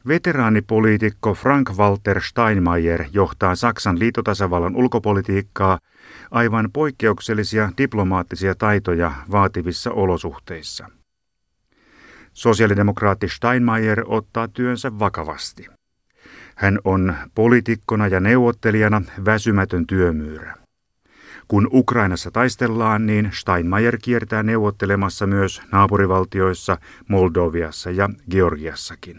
Veteraanipoliitikko Frank-Walter Steinmeier johtaa Saksan liittotasavallan ulkopolitiikkaa aivan poikkeuksellisia diplomaattisia taitoja vaativissa olosuhteissa. Sosiaalidemokraatti Steinmeier ottaa työnsä vakavasti. Hän on poliitikkona ja neuvottelijana väsymätön työmyyrä. Kun Ukrainassa taistellaan, niin Steinmeier kiertää neuvottelemassa myös naapurivaltioissa, Moldoviassa ja Georgiassakin.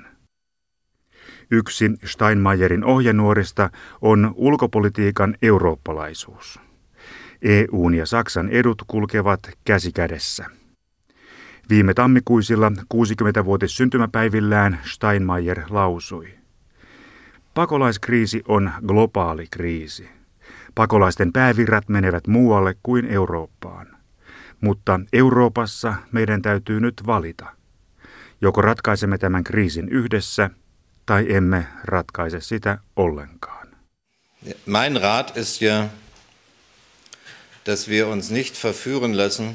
Yksi Steinmeierin ohjenuorista on ulkopolitiikan eurooppalaisuus. EUn ja Saksan edut kulkevat käsi kädessä. Viime tammikuisilla 60-vuotis syntymäpäivillään Steinmeier lausui: "Pakolaiskriisi on globaali kriisi. Pakolaisten päävirrat menevät muualle kuin Eurooppaan. Mutta Euroopassa meidän täytyy nyt valita. Joko ratkaisemme tämän kriisin yhdessä, tai emme ratkaise sitä ollenkaan." Mein Rat ist ja, dass wir uns nicht verführen lassen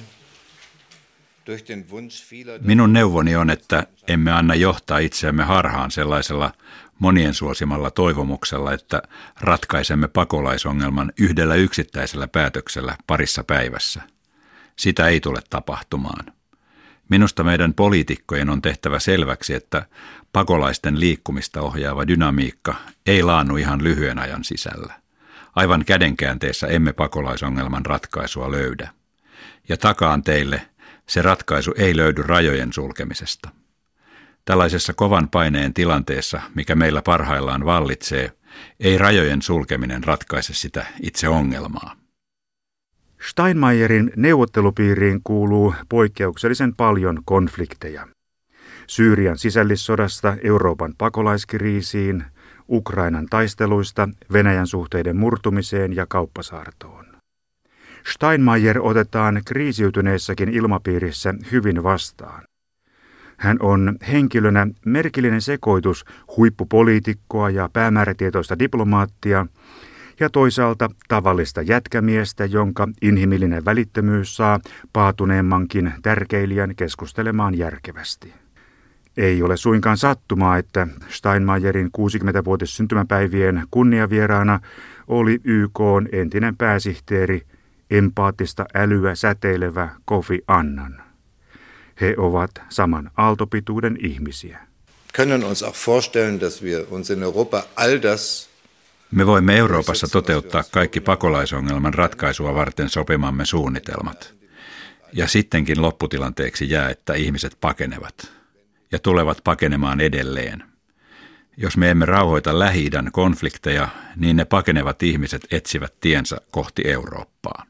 durch den Wunsch vieler. Minun neuvoni on, että emme anna johtaa itseämme harhaan sellaisella monien suosimalla toivomuksella, että ratkaisemme pakolaisongelman yhdellä yksittäisellä päätöksellä parissa päivässä. Sitä ei tule tapahtumaan. Minusta meidän poliitikkojen on tehtävä selväksi, että pakolaisten liikkumista ohjaava dynamiikka ei laannu ihan lyhyen ajan sisällä. Aivan kädenkäänteessä emme pakolaisongelman ratkaisua löydä. Ja takaan teille, se ratkaisu ei löydy rajojen sulkemisesta. Tällaisessa kovan paineen tilanteessa, mikä meillä parhaillaan vallitsee, ei rajojen sulkeminen ratkaise sitä itse ongelmaa. Steinmeierin neuvottelupiiriin kuuluu poikkeuksellisen paljon konflikteja. Syyrian sisällissodasta Euroopan pakolaiskriisiin, Ukrainan taisteluista Venäjän suhteiden murtumiseen ja kauppasaartoon. Steinmeier otetaan kriisiytyneessäkin ilmapiirissä hyvin vastaan. Hän on henkilönä merkillinen sekoitus huippupoliitikkoa ja päämäärätietoista diplomaattia ja toisaalta tavallista jätkämiestä, jonka inhimillinen välittömyys saa paatuneemmankin tärkeilijän keskustelemaan järkevästi. Ei ole suinkaan sattumaa, että Steinmeierin 60-vuotis syntymäpäivien kunniavieraana oli YK:n entinen pääsihteeri, empaattista älyä säteilevä Kofi Annan. He ovat saman aaltopituuden ihmisiä. Me voimme Euroopassa toteuttaa kaikki pakolaisongelman ratkaisua varten sopimamme suunnitelmat. Ja sittenkin lopputilanteeksi jää, että ihmiset pakenevat. Ja tulevat pakenemaan edelleen. Jos me emme rauhoita Lähi-idän konflikteja, niin ne pakenevat ihmiset etsivät tiensä kohti Eurooppaa.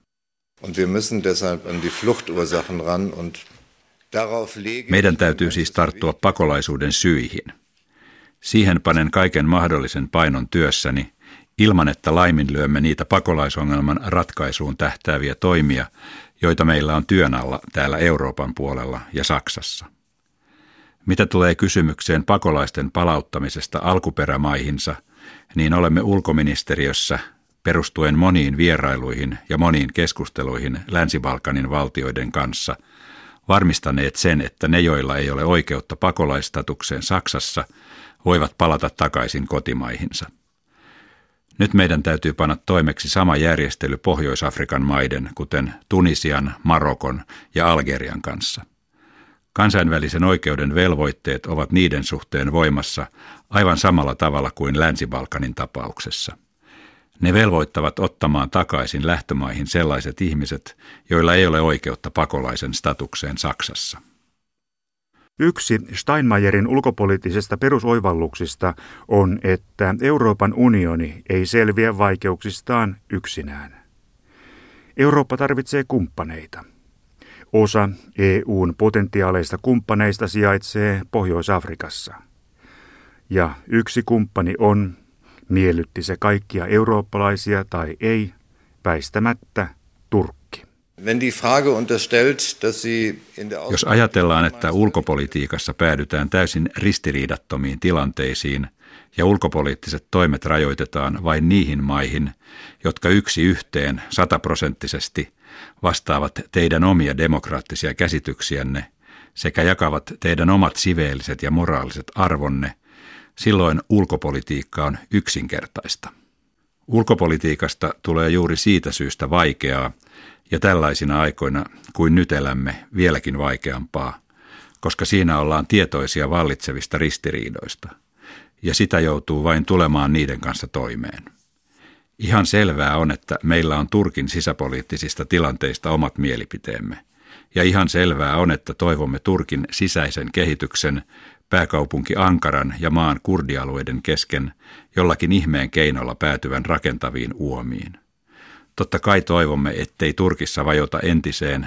Meidän täytyy siis tarttua pakolaisuuden syihin. Siihen panen kaiken mahdollisen painon työssäni, ilman että laiminlyömme niitä pakolaisongelman ratkaisuun tähtääviä toimia, joita meillä on työn alla täällä Euroopan puolella ja Saksassa. Mitä tulee kysymykseen pakolaisten palauttamisesta alkuperämaihinsa, niin olemme ulkoministeriössä, perustuen moniin vierailuihin ja moniin keskusteluihin Länsi-Balkanin valtioiden kanssa, varmistaneet sen, että ne, joilla ei ole oikeutta pakolaistatukseen Saksassa, voivat palata takaisin kotimaihinsa. Nyt meidän täytyy panna toimeksi sama järjestely Pohjois-Afrikan maiden, kuten Tunisian, Marokon ja Algerian kanssa. Kansainvälisen oikeuden velvoitteet ovat niiden suhteen voimassa aivan samalla tavalla kuin Länsi-Balkanin tapauksessa. Ne velvoittavat ottamaan takaisin lähtömaihin sellaiset ihmiset, joilla ei ole oikeutta pakolaisen statukseen Saksassa. Yksi Steinmeierin ulkopoliittisesta perusoivalluksista on, että Euroopan unioni ei selviä vaikeuksistaan yksinään. Eurooppa tarvitsee kumppaneita. Osa EUn potentiaaleista kumppaneista sijaitsee Pohjois-Afrikassa. Ja yksi kumppani on, miellytti se kaikkia eurooppalaisia tai ei, väistämättä Turkki. Jos ajatellaan, että ulkopolitiikassa päädytään täysin ristiriidattomiin tilanteisiin ja ulkopoliittiset toimet rajoitetaan vain niihin maihin, jotka yksi yhteen 100% vastaavat teidän omia demokraattisia käsityksiänne sekä jakavat teidän omat siveelliset ja moraaliset arvonne, Silloin ulkopolitiikka on yksinkertaista. Ulkopolitiikasta tulee juuri siitä syystä vaikeaa ja tällaisina aikoina kuin nyt elämme vieläkin vaikeampaa, koska siinä ollaan tietoisia vallitsevista ristiriidoista ja sitä joutuu vain tulemaan niiden kanssa toimeen. Ihan selvää on, että meillä on Turkin sisäpoliittisista tilanteista omat mielipiteemme ja ihan selvää on, että toivomme Turkin sisäisen kehityksen pääkaupunki Ankaran ja maan kurdialueiden kesken jollakin ihmeen keinolla päätyvän rakentaviin uomiin. Totta kai toivomme, ettei Turkissa vajota entiseen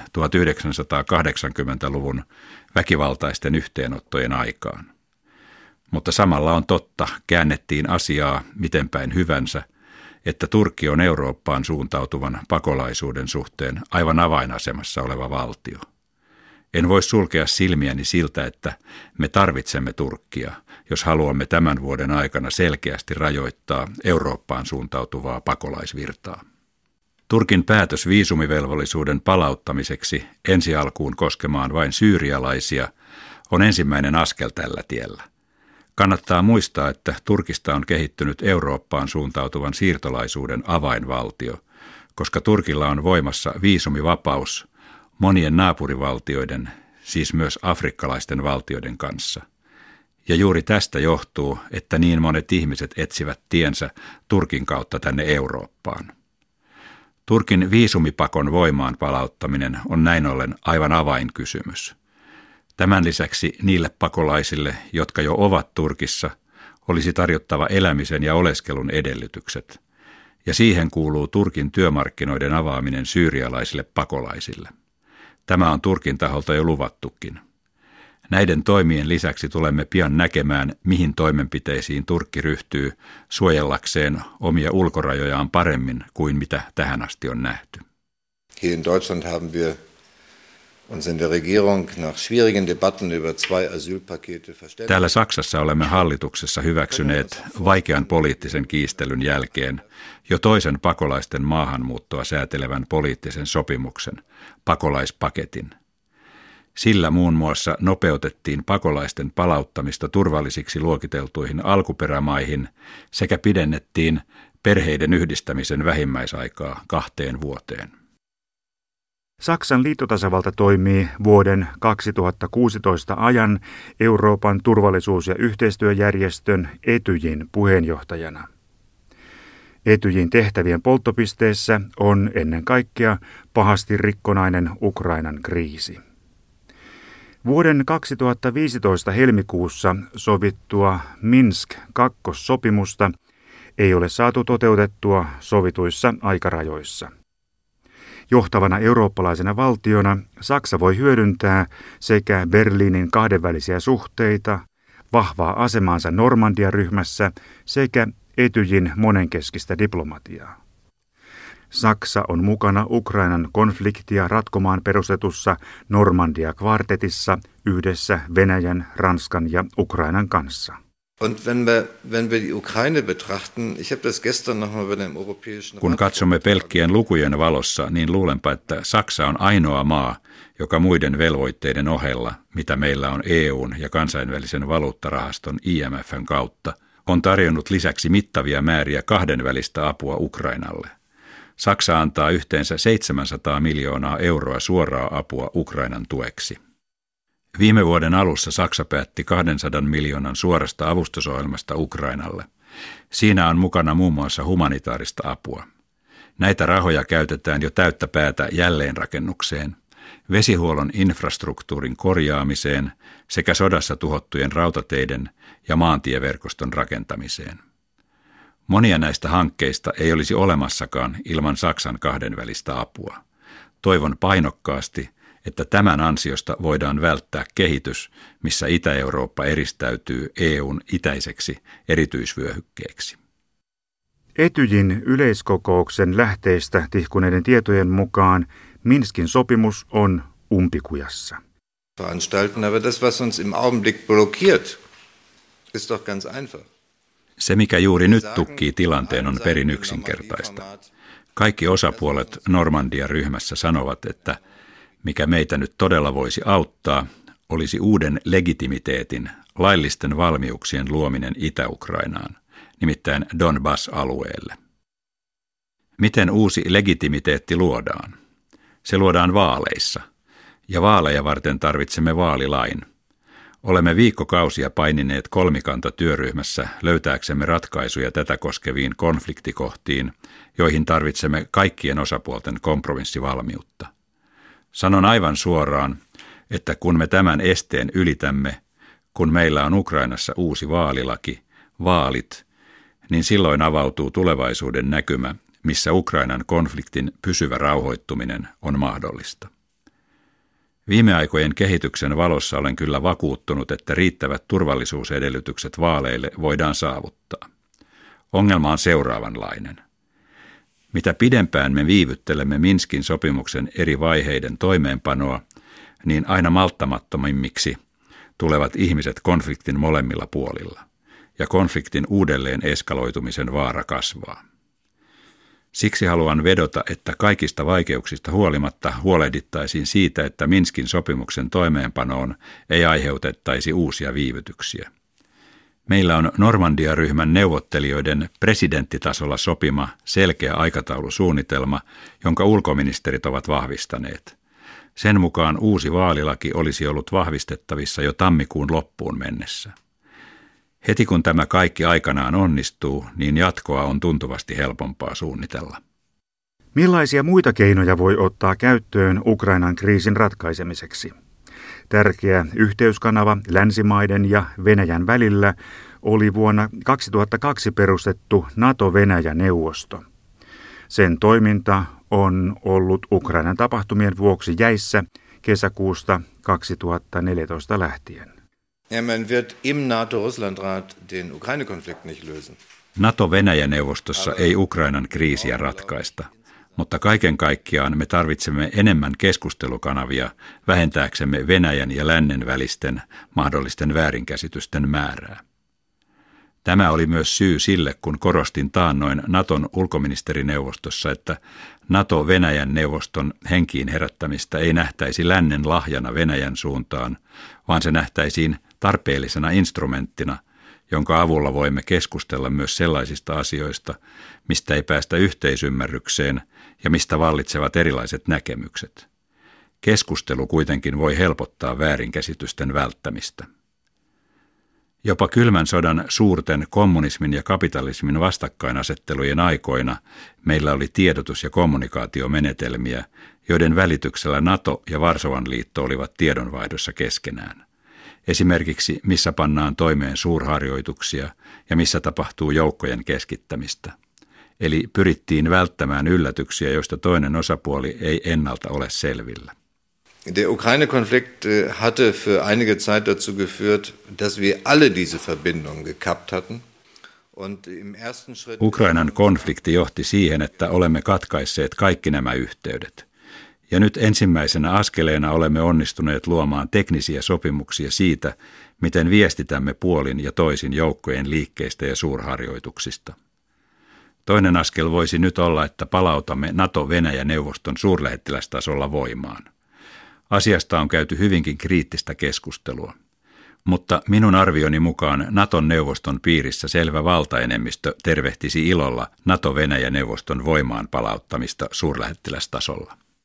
1980-luvun väkivaltaisten yhteenottojen aikaan. Mutta samalla on totta, käännettiin asiaa miten päin hyvänsä, että Turkki on Eurooppaan suuntautuvan pakolaisuuden suhteen aivan avainasemassa oleva valtio. En voi sulkea silmiäni siltä, että me tarvitsemme Turkkia, jos haluamme tämän vuoden aikana selkeästi rajoittaa Eurooppaan suuntautuvaa pakolaisvirtaa. Turkin päätös viisumivelvollisuuden palauttamiseksi ensi alkuun koskemaan vain syyrialaisia on ensimmäinen askel tällä tiellä. Kannattaa muistaa, että Turkista on kehittynyt Eurooppaan suuntautuvan siirtolaisuuden avainvaltio, koska Turkilla on voimassa viisumivapaus monien naapurivaltioiden, siis myös afrikkalaisten valtioiden kanssa. Ja juuri tästä johtuu, että niin monet ihmiset etsivät tiensä Turkin kautta tänne Eurooppaan. Turkin viisumipakon voimaan palauttaminen on näin ollen aivan avainkysymys. Tämän lisäksi niille pakolaisille, jotka jo ovat Turkissa, olisi tarjottava elämisen ja oleskelun edellytykset, ja siihen kuuluu Turkin työmarkkinoiden avaaminen syyrialaisille pakolaisille. Tämä on Turkin taholta jo luvattukin. Näiden toimien lisäksi tulemme pian näkemään, mihin toimenpiteisiin Turkki ryhtyy suojellakseen omia ulkorajojaan paremmin kuin mitä tähän asti on nähty. Hier in Deutschland haben wir uns in der Regierung nach schwierigen Debatten über 2 Asylpakete verständigt. Täällä Saksassa olemme hallituksessa hyväksyneet vaikean poliittisen kiistelyn jälkeen jo toisen pakolaisten maahanmuuttoa säätelevän poliittisen sopimuksen, pakolaispaketin. Sillä muun muassa nopeutettiin pakolaisten palauttamista turvallisiksi luokiteltuihin alkuperämaihin sekä pidennettiin perheiden yhdistämisen vähimmäisaikaa 2 vuoteen. Saksan liittotasavalta toimii vuoden 2016 ajan Euroopan turvallisuus- ja yhteistyöjärjestön Etyjin puheenjohtajana. Etyjin tehtävien polttopisteessä on ennen kaikkea pahasti rikkonainen Ukrainan kriisi. Vuoden 2015 helmikuussa sovittua Minsk-2-sopimusta ei ole saatu toteutettua sovituissa aikarajoissa. Johtavana eurooppalaisena valtiona Saksa voi hyödyntää sekä Berliinin kahdenvälisiä suhteita, vahvaa asemaansa Normandia-ryhmässä sekä Etyjin monenkeskistä diplomatiaa. Saksa on mukana Ukrainan konfliktia ratkomaan perustetussa Normandia-kvartetissa yhdessä Venäjän, Ranskan ja Ukrainan kanssa. Kun katsomme pelkkien lukujen valossa, niin luulenpa, että Saksa on ainoa maa, joka muiden velvoitteiden ohella, mitä meillä on EU:n ja kansainvälisen valuuttarahaston IMF:n kautta, on tarjonnut lisäksi mittavia määriä kahdenvälistä apua Ukrainalle. Saksa antaa yhteensä 700 miljoonaa euroa suoraa apua Ukrainan tueksi. Viime vuoden alussa Saksa päätti 200 miljoonan suorasta avustusohjelmasta Ukrainalle. Siinä on mukana muun muassa humanitaarista apua. Näitä rahoja käytetään jo täyttä päätä jälleenrakennukseen, vesihuollon infrastruktuurin korjaamiseen sekä sodassa tuhottujen rautateiden ja maantieverkoston rakentamiseen. Monia näistä hankkeista ei olisi olemassakaan ilman Saksan kahdenvälistä apua. Toivon painokkaasti, että tämän ansiosta voidaan välttää kehitys, missä Itä-Eurooppa eristäytyy EUn itäiseksi erityisvyöhykkeeksi. Etyjin yleiskokouksen lähteistä tihkuneiden tietojen mukaan Minskin sopimus on umpikujassa. Veranstalten, aber das, was uns im Augenblick blockiert, ist doch ganz einfach. Se, mikä juuri nyt tukkii tilanteen, on perin yksinkertaista. Kaikki osapuolet Normandia-ryhmässä sanovat, että mikä meitä nyt todella voisi auttaa, olisi uuden legitimiteetin, laillisten valmiuksien luominen Itä-Ukrainaan, nimittäin Donbass-alueelle. Miten uusi legitimiteetti luodaan? Se luodaan vaaleissa, ja vaaleja varten tarvitsemme vaalilain. Olemme viikkokausia painineet kolmikantatyöryhmässä löytääksemme ratkaisuja tätä koskeviin konfliktikohtiin, joihin tarvitsemme kaikkien osapuolten kompromissivalmiutta. Sanon aivan suoraan, että kun me tämän esteen ylitämme, kun meillä on Ukrainassa uusi vaalilaki, vaalit, niin silloin avautuu tulevaisuuden näkymä, missä Ukrainan konfliktin pysyvä rauhoittuminen on mahdollista. Viime aikojen kehityksen valossa olen kyllä vakuuttunut, että riittävät turvallisuusedellytykset vaaleille voidaan saavuttaa. Ongelma on seuraavanlainen. Mitä pidempään me viivyttelemme Minskin sopimuksen eri vaiheiden toimeenpanoa, niin aina malttamattomimmiksi tulevat ihmiset konfliktin molemmilla puolilla, ja konfliktin uudelleen eskaloitumisen vaara kasvaa. Siksi haluan vedota, että kaikista vaikeuksista huolimatta huolehdittaisiin siitä, että Minskin sopimuksen toimeenpanoon ei aiheutettaisi uusia viivytyksiä. Meillä on Normandia-ryhmän neuvottelijoiden presidenttitasolla sopima selkeä aikataulusuunnitelma, jonka ulkoministerit ovat vahvistaneet. Sen mukaan uusi vaalilaki olisi ollut vahvistettavissa jo tammikuun loppuun mennessä. Heti kun tämä kaikki aikanaan onnistuu, niin jatkoa on tuntuvasti helpompaa suunnitella. Millaisia muita keinoja voi ottaa käyttöön Ukrainan kriisin ratkaisemiseksi? Tärkeä yhteyskanava länsimaiden ja Venäjän välillä oli vuonna 2002 perustettu NATO-Venäjä-neuvosto. Sen toiminta on ollut Ukrainan tapahtumien vuoksi jäissä kesäkuusta 2014 lähtien. Man wird im NATO-Russland-Rat den Ukraine-Konflikt nicht lösen. NATO-Venäjä-neuvostossa ei Ukrainan kriisiä ratkaista, mutta kaiken kaikkiaan me tarvitsemme enemmän keskustelukanavia vähentääksemme Venäjän ja lännen välisten mahdollisten väärinkäsitysten määrää. Tämä oli myös syy sille, kun korostin taannoin Naton ulkoministerineuvostossa, että NATO-Venäjän neuvoston henkiin herättämistä ei nähtäisi lännen lahjana Venäjän suuntaan, vaan se nähtäisiin tarpeellisena instrumenttina, jonka avulla voimme keskustella myös sellaisista asioista, mistä ei päästä yhteisymmärrykseen ja mistä vallitsevat erilaiset näkemykset. Keskustelu kuitenkin voi helpottaa väärinkäsitysten välttämistä. Jopa kylmän sodan suurten kommunismin ja kapitalismin vastakkainasettelujen aikoina meillä oli tiedotus- ja kommunikaatiomenetelmiä, joiden välityksellä NATO ja Varsovan liitto olivat tiedonvaihdossa keskenään. Esimerkiksi missä pannaan toimeen suurharjoituksia ja missä tapahtuu joukkojen keskittämistä. Eli pyrittiin välttämään yllätyksiä, joista toinen osapuoli ei ennalta ole selvillä. Der Ukraine-Konflikt hatte für einige Zeit dazu geführt, dass wir alle diese Verbindungen gekappt hatten. Ukrainan konflikti johti siihen, että olemme katkaisseet kaikki nämä yhteydet. Ja nyt ensimmäisenä askeleena olemme onnistuneet luomaan teknisiä sopimuksia siitä, miten viestitämme puolin ja toisin joukkojen liikkeistä ja suurharjoituksista. Toinen askel voisi nyt olla, että palautamme NATO-Venäjä-neuvoston suurlähettilästasolla voimaan. Asiasta on käyty hyvinkin kriittistä keskustelua, mutta minun arvioni mukaan Naton neuvoston piirissä selvä valtaenemmistö tervehtisi ilolla NATO-Venäjä-neuvoston voimaan palauttamista suurlähettilästasolla.